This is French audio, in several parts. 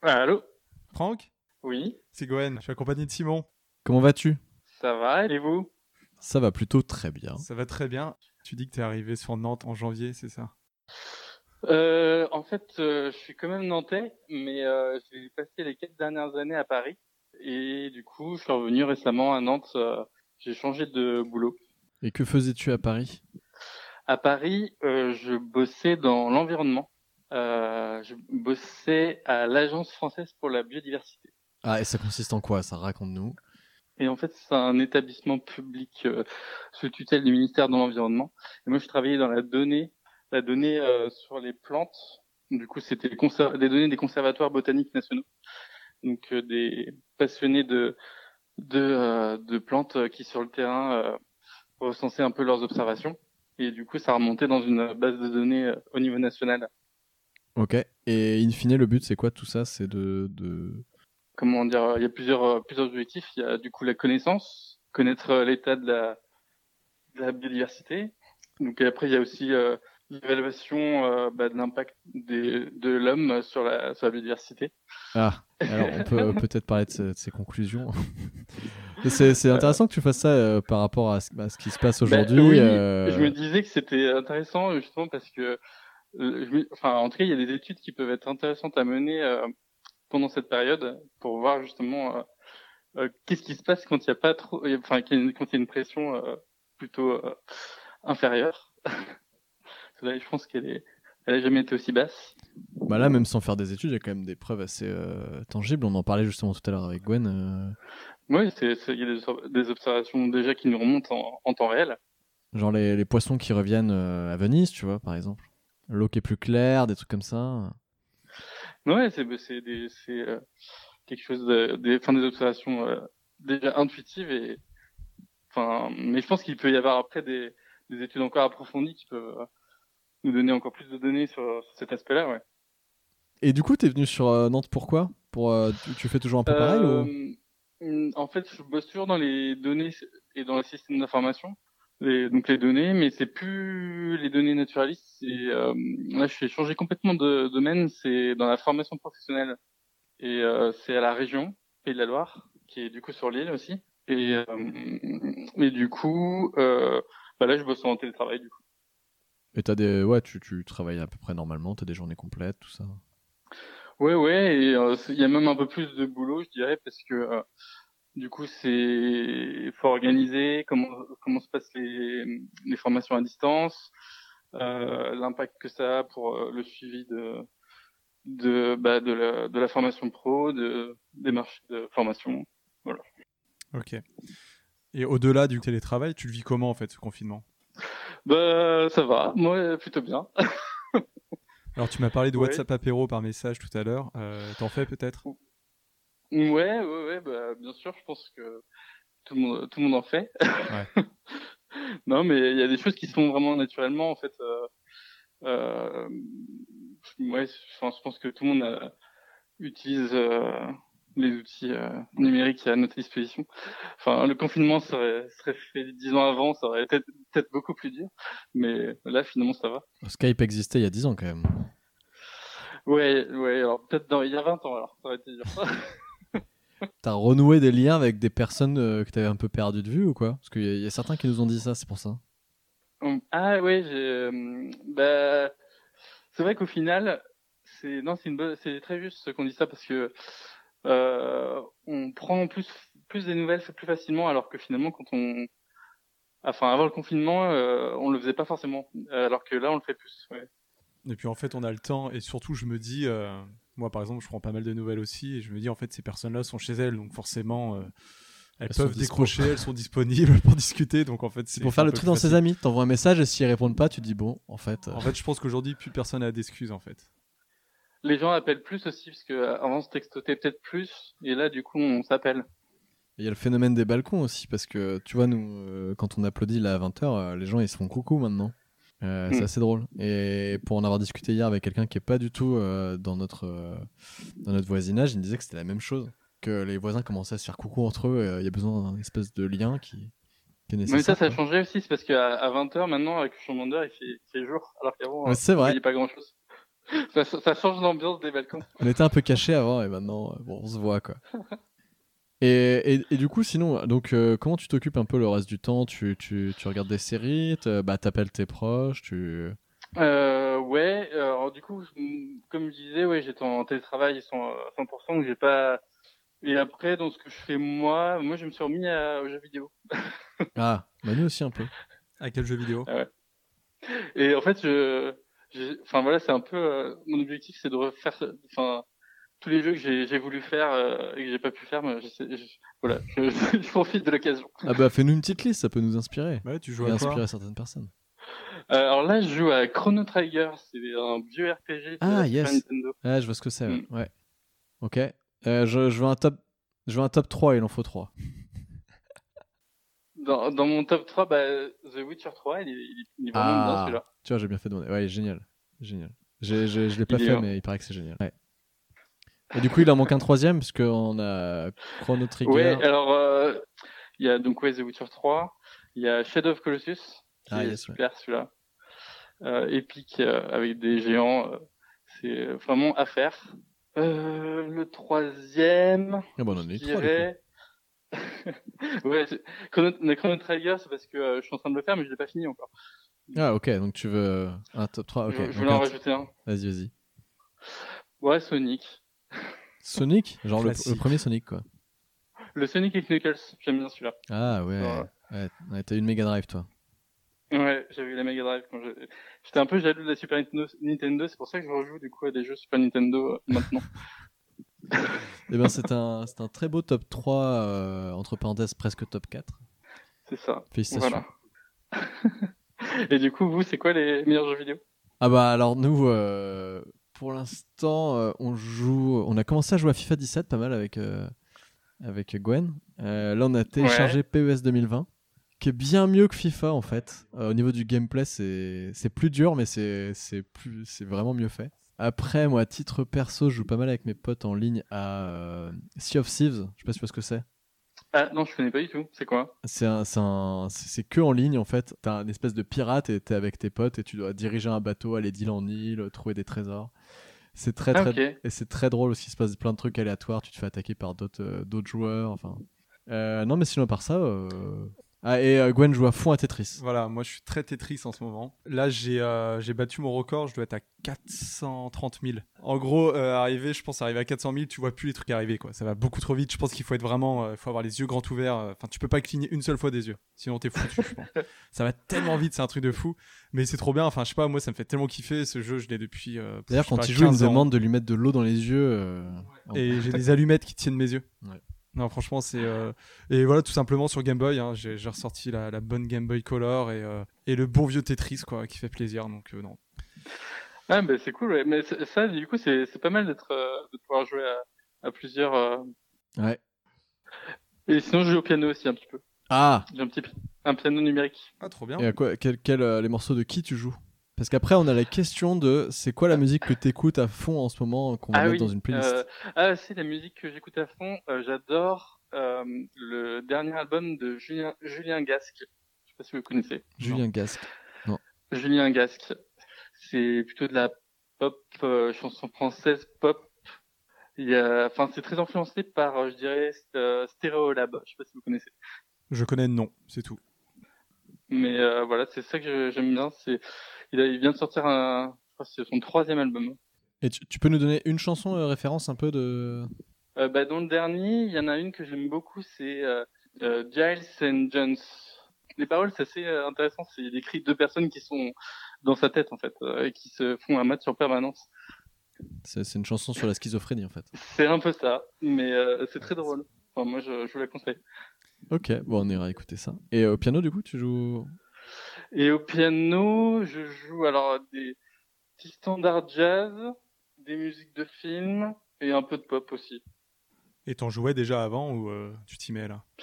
Allô? Franck, Oui, c'est Gwen, je suis accompagné de Simon. Comment vas-tu? ça va, et vous? Ça va plutôt très bien. Ça va très bien. Tu dis que t'es arrivé sur Nantes en janvier, c'est ça? Je suis quand même nantais, mais j'ai passé les 4 dernières années à Paris. Et du coup, je suis revenu récemment à Nantes. J'ai changé de boulot. Et que faisais-tu à Paris? À Paris, je bossais dans l'environnement. Je bossais à l'Agence française pour la biodiversité. Ah, et ça consiste en quoi, ça? Raconte-nous. Et en fait, c'est un établissement public sous tutelle du ministère de l'Environnement. Et moi, je travaillais dans la donnée sur les plantes. Du coup, c'était des données des conservatoires botaniques nationaux. Donc, des passionnés de plantes qui, sur le terrain, recensaient un peu leurs observations. Et du coup, ça remontait dans une base de données au niveau national. Ok. Et in fine, le but, c'est quoi tout ça? C'est Comment dire, il y a plusieurs objectifs. Il y a du coup la connaissance, connaître l'état de la biodiversité. Donc après, il y a aussi l'évaluation de l'impact de l'homme sur la biodiversité. Ah, alors on peut peut-être parler de ces conclusions. C'est intéressant que tu fasses ça par rapport à ce qui se passe aujourd'hui. Oui, je me disais que c'était intéressant justement parce que, en tout cas, il y a des études qui peuvent être intéressantes à mener pendant cette période pour voir justement qu'est-ce qui se passe quand il y a pas trop, quand il y a une pression plutôt inférieure. Là, je pense elle a jamais été aussi basse. Bah là, même sans faire des études, il y a quand même des preuves assez tangibles. On en parlait justement tout à l'heure avec Gwen. Oui, il y a des observations déjà qui nous remontent en temps réel. Genre les poissons qui reviennent à Venise, tu vois, par exemple. L'eau qui est plus claire, des trucs comme ça. Ouais, c'est quelque chose des observations déjà intuitives mais je pense qu'il peut y avoir après des études encore approfondies qui peuvent nous donner encore plus de données sur cet aspect-là, ouais. Et du coup, t'es venu sur Nantes pourquoi? Tu fais toujours un peu pareil ou? En fait, je bosse toujours dans les données et dans le système d'information. Donc les données, mais c'est plus les données naturalistes. Là, je suis changé complètement de domaine. C'est dans la formation professionnelle c'est à la région Pays de la Loire, qui est du coup sur l'île aussi. Et du coup, là, je bosse en télétravail du coup. Et tu travailles à peu près normalement, t'as des journées complètes, tout ça. Ouais, et il y a même un peu plus de boulot, je dirais, parce que du coup, faut organiser comment se passent les formations à distance, l'impact que ça a pour le suivi de la formation pro, des marchés de formation. Voilà. Ok. Et au-delà du télétravail, tu le vis comment en fait ce confinement? Ça va, moi plutôt bien. Alors tu m'as parlé de Ouais. WhatsApp apéro par message tout à l'heure. T'en fais peut-être? Ouais, bien sûr, je pense que tout le monde en fait. Ouais. Non, mais il y a des choses qui se font vraiment naturellement en fait. Euh, je pense que tout le monde utilise les outils numériques à notre disposition. Enfin, le confinement serait fait 10 ans avant, ça aurait été peut-être beaucoup plus dur, mais là finalement ça va. Skype existait il y a 10 ans quand même. Ouais, alors peut-être il y a 20 ans alors, ça aurait été dur. T'as renoué des liens avec des personnes que t'avais un peu perdu de vue ou quoi? Parce qu'il y a certains qui nous ont dit ça, c'est pour ça. Ah ouais, c'est vrai qu'au final, c'est très juste ce qu'on dit ça parce que on prend plus des nouvelles plus facilement alors que finalement avant le confinement, on le faisait pas forcément, alors que là on le fait plus. Ouais. Et puis en fait on a le temps et surtout je me dis, moi par exemple je prends pas mal de nouvelles aussi et je me dis en fait ces personnes-là sont chez elles donc forcément elles peuvent décrocher, elles sont disponibles pour discuter donc en fait c'est pour faire le truc dans ses amis. T'envoies un message et s'ils répondent pas, tu dis bon en fait. En fait je pense qu'aujourd'hui plus personne n'a d'excuses en fait. Les gens appellent plus aussi parce que avant on se textotait peut-être plus et là du coup on s'appelle. Il y a le phénomène des balcons aussi parce que tu vois nous quand on applaudit là à 20h, les gens ils se font coucou maintenant. C'est assez drôle. Et pour en avoir discuté hier avec quelqu'un qui est pas du tout dans notre voisinage, il me disait que c'était la même chose. Que les voisins commençaient à se faire coucou entre eux. Il y a besoin d'un espèce de lien qui est nécessaire. Mais ça a changé aussi, c'est parce qu'à 20h maintenant, avec le changement d'heure, il fait jour, alors qu'avant, c'est on vrai. voyait pas grand-chose. Ça change l'ambiance des balcons. On était un peu cachés avant et maintenant, bon, on se voit quoi. Et du coup, sinon, donc, comment tu t'occupes un peu le reste du temps? Tu regardes des séries, t'appelles tes proches, Ouais, alors du coup, comme je disais, ouais, j'étais en télétravail, ils sont à 100%, donc j'ai pas. Et après, dans ce que je fais moi, je me suis remis aux jeux vidéo. Ah, bah nous aussi un peu. À quel jeu vidéo? Ah ouais. Et en fait, enfin voilà, c'est un peu mon objectif, c'est de refaire, enfin tous les jeux que j'ai voulu faire et que j'ai pas pu faire, mais voilà, je profite de l'occasion. Ah bah fais-nous une petite liste, ça peut nous inspirer. Ouais, tu joues Et à quoi? inspirer certaines personnes. Alors là, je joue à Chrono Trigger, c'est un vieux RPG de Super Nintendo. Ah, je vois ce que c'est, ouais. Ok. Je veux un top 3, il en faut 3. Dans mon top 3, The Witcher 3, il est vraiment bien celui-là. Tu vois, j'ai bien fait de demander. Ouais, il est génial. Je l'ai pas fait, mais il paraît que c'est génial. Ouais. Et du coup, il en manque un troisième, parce qu'on a Chrono Trigger. Ouais, alors, il y a donc The Witcher 3, il y a Shadow of Colossus, qui est super celui-là. Épique, avec des géants, c'est vraiment à faire. Le troisième, on en a eu 3, ouais, Chrono Trigger, c'est parce que je suis en train de le faire, mais je l'ai pas fini encore. Ah, ok, donc tu veux un top 3, ok. Je voulais en rajouter un. Vas-y. Ouais, Sonic. Sonic? Genre le premier Sonic, quoi. Le Sonic et Knuckles, j'aime bien celui-là. Ah ouais, t'as eu une Mega Drive, toi. Ouais, j'avais eu la Mega Drive quand j'étais un peu jaloux de la Super Nintendo, c'est pour ça que je rejoue du coup à des jeux Super Nintendo maintenant. Eh ben c'est un très beau top 3, entre parenthèses presque top 4. C'est ça. Félicitations. Voilà. Et du coup, vous, c'est quoi les meilleurs jeux vidéo? Ah bah alors nous, pour l'instant, on a commencé à jouer à FIFA 17 pas mal avec Gwen. Là on a téléchargé PES 2020, qui est bien mieux que FIFA en fait. Au niveau du gameplay, c'est plus dur, mais c'est vraiment mieux fait. Après, moi, à titre perso, je joue pas mal avec mes potes en ligne à Sea of Thieves. Je sais pas si tu vois ce que c'est. Ah non, je connais pas du tout. C'est quoi? C'est que en ligne en fait. T'as un espèce de pirate et t'es avec tes potes et tu dois diriger un bateau, aller d'île en île, trouver des trésors. C'est et c'est très drôle aussi. Il se passe plein de trucs aléatoires. Tu te fais attaquer par d'autres joueurs. Enfin, non, mais sinon, à part ça. Gwen joue à fond à Tetris. Voilà, moi je suis très Tetris en ce moment. Là, j'ai battu mon record, je dois être à 430 000. En gros, je pense arriver à 400 000, tu vois plus les trucs arriver, quoi. Ça va beaucoup trop vite. Je pense qu'il faut être vraiment, faut avoir les yeux grands ouverts. Enfin, tu peux pas cligner une seule fois des yeux, sinon t'es foutu, je pense. Ça va tellement vite, c'est un truc de fou. Mais c'est trop bien. Enfin, je sais pas, moi ça me fait tellement kiffer ce jeu. Je l'ai depuis. D'ailleurs, quand il joue, il me demande de lui mettre de l'eau dans les yeux. Et j'ai des allumettes qui tiennent mes yeux. Ouais. Non, franchement, c'est. Et voilà, tout simplement sur Game Boy, hein, j'ai ressorti la bonne Game Boy Color et le bon vieux Tetris, quoi, qui fait plaisir. Donc, non. Ah, bah, c'est cool, ouais. Mais ça, du coup, c'est pas mal de pouvoir jouer à plusieurs. Ouais. Et sinon, je joue au piano aussi un petit peu. Ah! J'ai un piano numérique. Ah, trop bien. Et à quoi, les morceaux de qui tu joues? Parce qu'après, on a la question de c'est quoi la musique que t'écoutes à fond en ce moment qu'on va mettre dans une playlist? C'est la musique que j'écoute à fond. J'adore le dernier album de Julien Gasque. Je sais pas si vous connaissez. Julien Gasque. Non. Julien Gasque. C'est plutôt de la pop, chanson française pop. C'est très influencé par, je dirais, Stereolab. Je sais pas si vous connaissez. Je connais le nom, c'est tout. Mais voilà, c'est ça que j'aime bien. Il vient de sortir je crois que c'est son 3e album. Et tu peux nous donner une chanson référence un peu de... Dans le dernier, il y en a une que j'aime beaucoup, c'est Giles and Jones. Les paroles, c'est assez intéressant. Il décrit 2 personnes qui sont dans sa tête, en fait, et qui se font un match en permanence. C'est une chanson sur la schizophrénie, en fait. C'est un peu ça, mais c'est très drôle. Enfin, moi, je vous la conseille. Ok, bon, on ira écouter ça. Et au piano, du coup, tu joues... Et au piano, je joue alors des petits standards jazz, des musiques de film et un peu de pop aussi. Et t'en jouais déjà avant ou tu t'y mets là?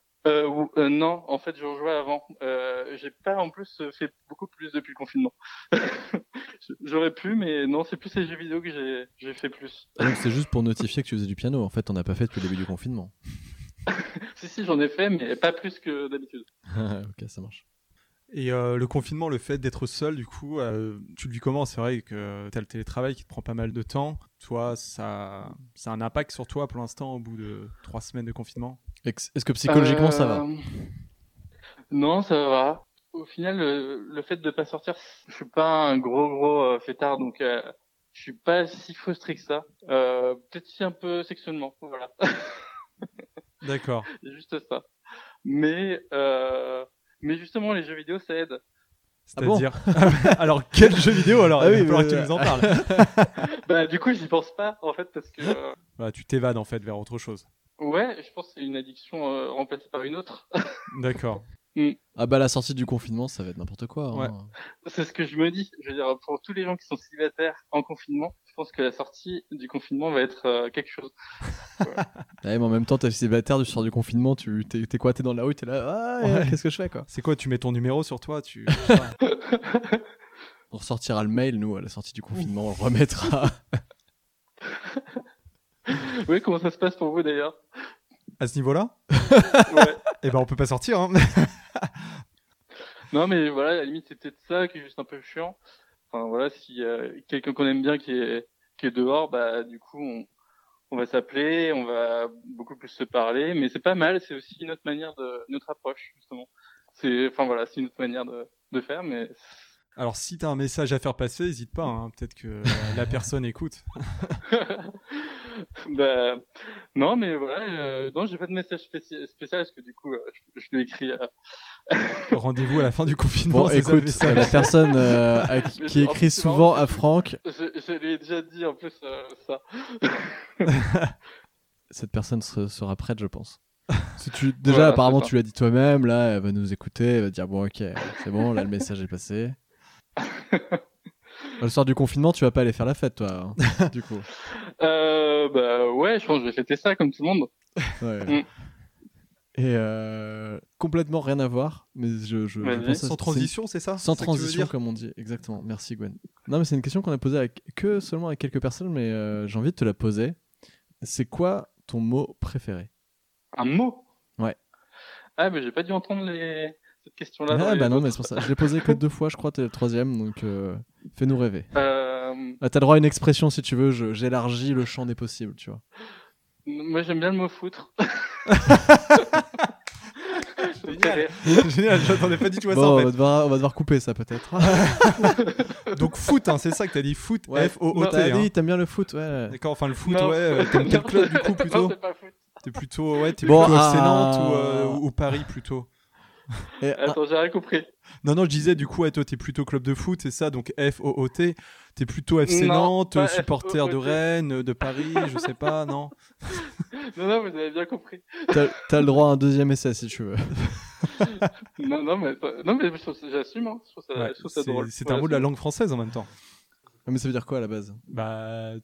Non, en fait, je jouais avant. J'ai pas en plus fait beaucoup plus depuis le confinement. J'aurais pu, mais non, c'est plus les jeux vidéo que j'ai fait plus. Donc c'est juste pour notifier que tu faisais du piano. En fait, t'en as pas fait depuis le début du confinement. Si, j'en ai fait, mais pas plus que d'habitude. Ok, ça marche. Et le confinement, le fait d'être seul, du coup, tu le vis comment? C'est vrai que tu as le télétravail qui te prend pas mal de temps. Toi, ça a un impact sur toi pour l'instant au bout de 3 semaines de confinement? Est-ce que psychologiquement ça va? Non, ça va. Au final, le fait de pas sortir, je suis pas un gros fêtard, donc je suis pas si frustré que ça. Peut-être si un peu sexuellement, voilà. D'accord. C'est juste ça. Mais justement, les jeux vidéo, ça aide. C'est-à-dire alors, quel jeu vidéo alors? Il va falloir que tu nous en parles. Bah, du coup, j'y pense pas, en fait, parce que... tu t'évades, en fait, vers autre chose. Ouais, je pense que c'est une addiction remplacée par une autre. D'accord. Ah bah la sortie du confinement, ça va être n'importe quoi. Hein. Ouais. C'est ce que je me dis. Je veux dire, pour tous les gens qui sont célibataires en confinement, je pense que la sortie du confinement va être quelque chose. Ouais, mais en même temps, t'es célibataire du sort du confinement, t'es quoi? T'es dans la rue, t'es là, qu'est-ce que je fais quoi? C'est quoi? Tu mets ton numéro sur toi, On ressortira le mail, nous, à la sortie du confinement, on le remettra. Oui, comment ça se passe pour vous d'ailleurs? À ce niveau-là? Ouais. Eh ben, on peut pas sortir, hein. Non, mais voilà, à la limite, c'est peut-être ça qui est juste un peu chiant. Enfin, voilà, si quelqu'un qu'on aime bien qui est dehors, bah, du coup, on va s'appeler, on va beaucoup plus se parler, mais c'est pas mal, c'est aussi notre approche, justement. Enfin, voilà, c'est une autre manière de faire, mais... Alors, si t'as un message à faire passer, n'hésite pas, hein. Peut-être que la personne écoute. Bah, non, mais voilà, non, j'ai pas de message spécial parce que du coup, je l'ai écrit. Rendez-vous à la fin du confinement. Bon, écoute, la personne qui écrit souvent à Franck. Je lui ai déjà dit en plus ça. Cette personne sera prête, je pense. Déjà, voilà, apparemment, tu l'as dit toi-même. Là, elle va nous écouter, elle va dire bon, ok, c'est bon, là, le message est passé. Le soir du confinement, tu vas pas aller faire la fête, toi, hein, du coup. Bah ouais, je pense que je vais fêter ça comme tout le monde. Ouais. Et complètement rien à voir, mais je pense sans transition, c'est ça? Sans transition, comme on dit, exactement. Merci Gwen. Non, mais c'est une question qu'on a posée seulement avec quelques personnes, mais j'ai envie de te la poser. C'est quoi ton mot préféré? Un mot? Ouais. Ah, mais j'ai pas dû entendre cette question-là. Ah bah non, mais c'est pour ça. Je l'ai posée que 2 fois, je crois. T'es le 3e, donc fais-nous rêver. Là, t'as droit à une expression si tu veux. J'élargis le champ des possibles, tu vois. Moi, j'aime bien le mot foutre. Génial, j'attendais pas du tout à ça. Bon, en fait. on va devoir couper ça peut-être. Donc foot, hein, c'est ça que t'as dit, foot, ouais. F-O-O-T. T'as dit, t'aimes bien le foot, ouais. D'accord, enfin le foot, ouais. T'aimes quel club du coup plutôt? Non, c'est pas foot. T'es plutôt FC Nantes ou Paris plutôt? Attends, j'ai rien compris. Non, je disais du coup, toi t'es plutôt club de foot, c'est ça, donc F-O-O-T. T'es plutôt FC Nantes, supporter de Rennes, de Paris, je sais pas, non? Non, vous avez bien compris. T'as le droit à un 2e essai si tu veux. non, mais j'assume, hein. Je trouve ça drôle. C'est un mot de la langue française en même temps. Mais ça veut dire quoi à la base? Bah.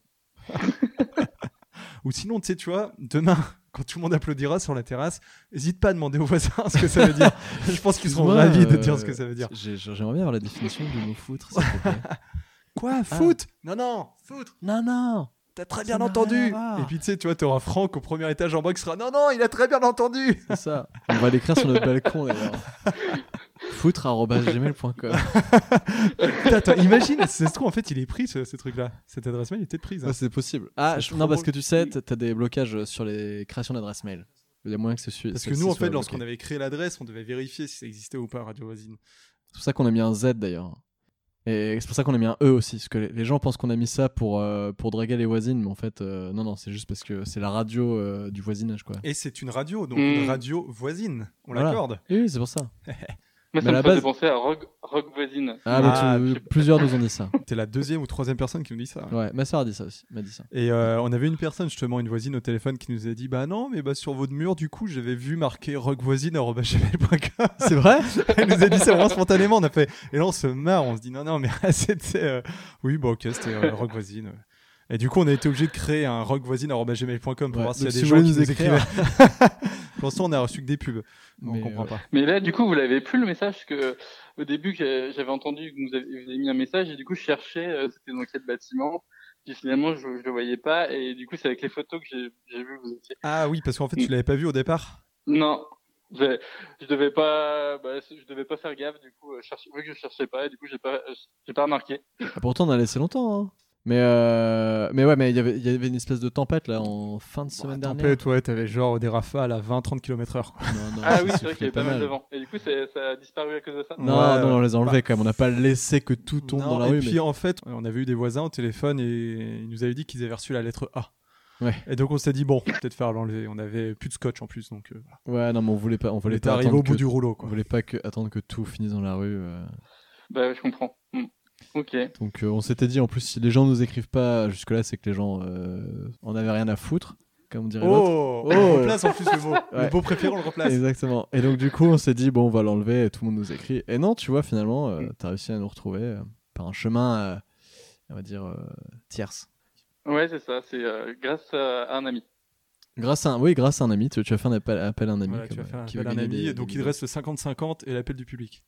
Ou sinon, tu sais, tu vois, demain, quand tout le monde applaudira sur la terrasse, n'hésite pas à demander aux voisins ce que ça veut dire. Je pense qu'ils seront ravis de dire ce que ça veut dire. J'aimerais bien avoir la définition du mot foutre, s'il te plaît. Quoi? Foot? Non, foutre? Non. T'as très bien entendu. Et puis tu sais, tu vois, t'auras Franck au premier étage en bas qui sera non, il a très bien entendu. C'est ça. On va l'écrire sur notre balcon d'ailleurs. foutre@gmail.com. Attends, imagine, c'est ce en fait, il est pris ce truc-là. Cette adresse mail était prise. Hein. Ouais, c'est possible. Non, parce que tu sais, t'as des blocages sur les créations d'adresse mail. Il y a moyen que parce que nous, en fait, lorsqu'on avait créé l'adresse, on devait vérifier si ça existait ou pas, Radio Voisine. C'est pour ça qu'on a mis un Z d'ailleurs. Et c'est pour ça qu'on a mis un E aussi, parce que les gens pensent qu'on a mis ça pour draguer les voisines, mais en fait, non, c'est juste parce que c'est la radio du voisinage, quoi. Et c'est une radio, donc une radio voisine, on l'accorde. Oui, c'est pour ça. Moi, ça me fait penser à Rock Voisine. Plusieurs nous ont dit ça. T'es la 2e ou 3e personne qui nous dit ça. Ouais, ma soeur a dit ça aussi. M'a dit ça. Et on avait une personne, justement, une voisine au téléphone qui nous a dit bah non, mais sur votre mur, du coup, j'avais vu marqué rockvoisine@gmail.com. C'est vrai? Elle nous a dit ça vraiment spontanément. On a fait. Et là, on se marre, on se dit non, mais c'était. Oui, bon, ok, c'était rockvoisine. Et du coup, on a été obligé de créer un rockvoisine@gmail.com pour voir s'il y a des gens qui nous écrivaient. Pour l'instant, on a reçu que des pubs. On comprend pas. Mais là, du coup, vous l'avez plus le message que au début j'avais entendu que vous avez mis un message et du coup, je cherchais, c'était dans quel bâtiment. Puis finalement, je le voyais pas et du coup, c'est avec les photos que j'ai vu que vous étiez. Ah oui, parce qu'en fait, tu l'avais pas vu au départ. Non. Je devais pas faire gaffe, du coup, vu que je cherchais pas, et du coup, j'ai pas remarqué. Pourtant, on a laissé longtemps. Hein. Mais ouais, mais il y avait une espèce de tempête là en fin de semaine dernière. Tempête, ouais, t'avais genre des rafales à 20-30 km/h. Oui, c'est vrai qu'il y avait pas mal de vent. Et du coup, ça a disparu à cause de ça. Non, on les a enlevés quand même. On n'a pas laissé que tout tombe dans la rue. Et puis en fait, on avait eu des voisins au téléphone et ils nous avaient dit qu'ils avaient reçu la lettre A. Ouais. Et donc on s'est dit peut-être faire l'enlever. On avait plus de scotch en plus, donc. Ouais, non, mais on voulait pas arriver au bout du rouleau, quoi. On voulait pas attendre que tout finisse dans la rue. Bah, je comprends. Ok. Donc on s'était dit en plus si les gens nous écrivent pas jusque-là, c'est que les gens en avaient rien à foutre, comme on dirait l'autre. On replace en plus le mot. Ouais. Le mot préféré, on le replace. Exactement. Et donc du coup, on s'est dit on va l'enlever et tout le monde nous écrit. Et non, tu vois, finalement, t'as réussi à nous retrouver par un chemin, on va dire tierce. Ouais, c'est ça. C'est grâce à un ami. Grâce à un ami, tu as fait un appel à un ami. Voilà, tu as fait un appel à un ami, donc il reste le 50-50 et l'appel du public.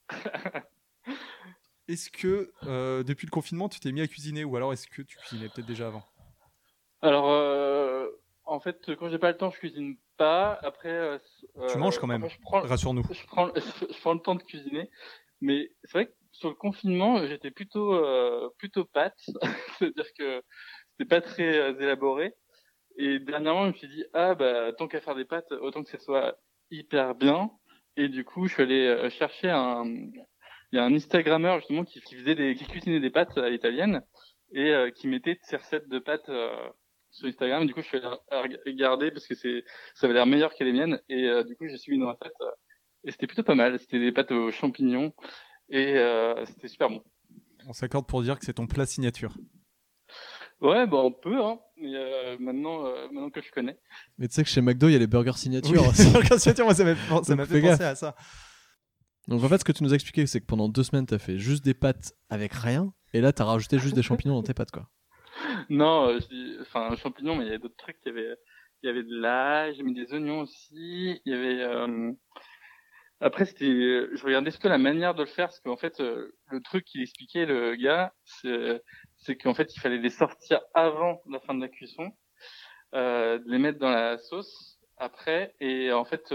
Est-ce que depuis le confinement, tu t'es mis à cuisiner ou alors est-ce que tu cuisinais peut-être déjà avant ? Alors, en fait, quand j'ai pas le temps, je cuisine pas. Après, tu manges quand même. Rassure-nous. Je prends le temps de cuisiner, mais c'est vrai que sur le confinement, j'étais plutôt pâte, c'est-à-dire que c'était pas très élaboré. Et dernièrement, je me suis dit tant qu'à faire des pâtes, autant que ça soit hyper bien. Et du coup, je suis allé chercher il y a un Instagrammeur justement qui cuisinait des pâtes à l'italienne et qui mettait ses recettes de pâtes sur Instagram. Du coup, je suis allé regarder parce que ça avait l'air meilleur que les miennes et du coup, j'ai suivi une recette et c'était plutôt pas mal. C'était des pâtes aux champignons et c'était super bon. On s'accorde pour dire que c'est ton plat signature. Ouais, on peut, hein. Mais maintenant que je connais. Mais tu sais que chez McDo, il y a les burgers signature. Oui, les burgers signature, moi, ça m'a fait penser à ça. Donc en fait, ce que tu nous as expliqué, c'est que pendant 2 semaines, t'as fait juste des pâtes avec rien, et là, t'as rajouté juste des champignons dans tes pâtes, quoi. Non, champignons, mais il y avait d'autres trucs. Il y avait de l'ail, j'ai mis des oignons aussi. Il y avait. Après, je regardais surtout la manière de le faire, parce qu'en fait, le truc qu'il expliquait, le gars, c'est qu'en fait, il fallait les sortir avant la fin de la cuisson, de les mettre dans la sauce après, et en fait,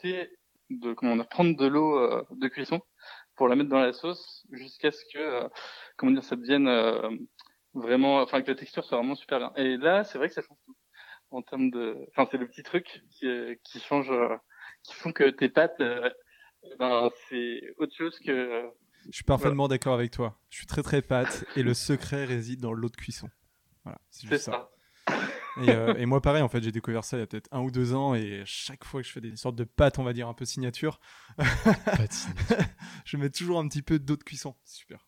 prendre de l'eau de cuisson pour la mettre dans la sauce jusqu'à ce que, ça devienne vraiment, enfin, que la texture soit vraiment super bien. Et là, c'est vrai que ça change tout en termes c'est le petit truc qui change, qui font que tes pâtes c'est autre chose que. Je suis parfaitement d'accord avec toi. Je suis très très pâte et le secret réside dans l'eau de cuisson. Voilà, c'est juste ça. Et moi pareil, en fait, j'ai découvert ça il y a peut-être 1 ou 2 ans et chaque fois que je fais des sortes de pâtes, on va dire un peu signature, je mets toujours un petit peu d'eau de cuisson. C'est super.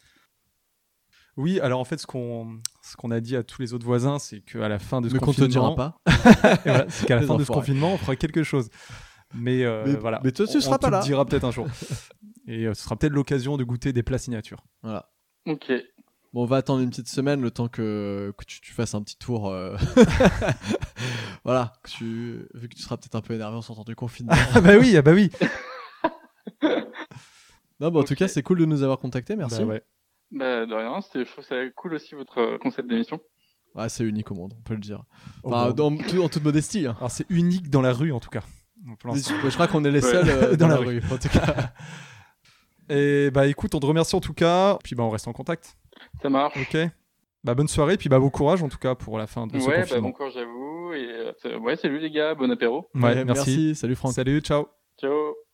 Oui, alors en fait, ce qu'on a dit à tous les autres voisins, c'est qu'à la fin de ce confinement, qu'on te dira pas. Voilà, c'est qu'à la fin de ce confinement, on fera quelque chose. Mais voilà. Mais toi, tu seras pas là. On te le dira peut-être un jour. Et ce sera peut-être l'occasion de goûter des plats signature. Voilà. Ok. Bon, on va attendre une petite semaine le temps que tu fasses un petit tour. Voilà. Vu que tu seras peut-être un peu énervé en sortant du confinement. Bah oui. Non, en tout cas, c'est cool de nous avoir contactés. Merci. De rien. Je trouve ça cool aussi votre concept d'émission. Ah, c'est unique au monde, on peut le dire. En toute modestie. Hein. Alors, c'est unique dans la rue en tout cas. Je crois qu'on est les seuls dans la rue, en tout cas. Et écoute, on te remercie en tout cas. Puis on reste en contact. Ça marche. Ok. Bonne soirée, puis bon courage en tout cas pour la fin de ce confinement. Bon courage à vous. Et salut les gars, bon apéro. Ouais, merci. Salut Franck. Salut, ciao. Ciao.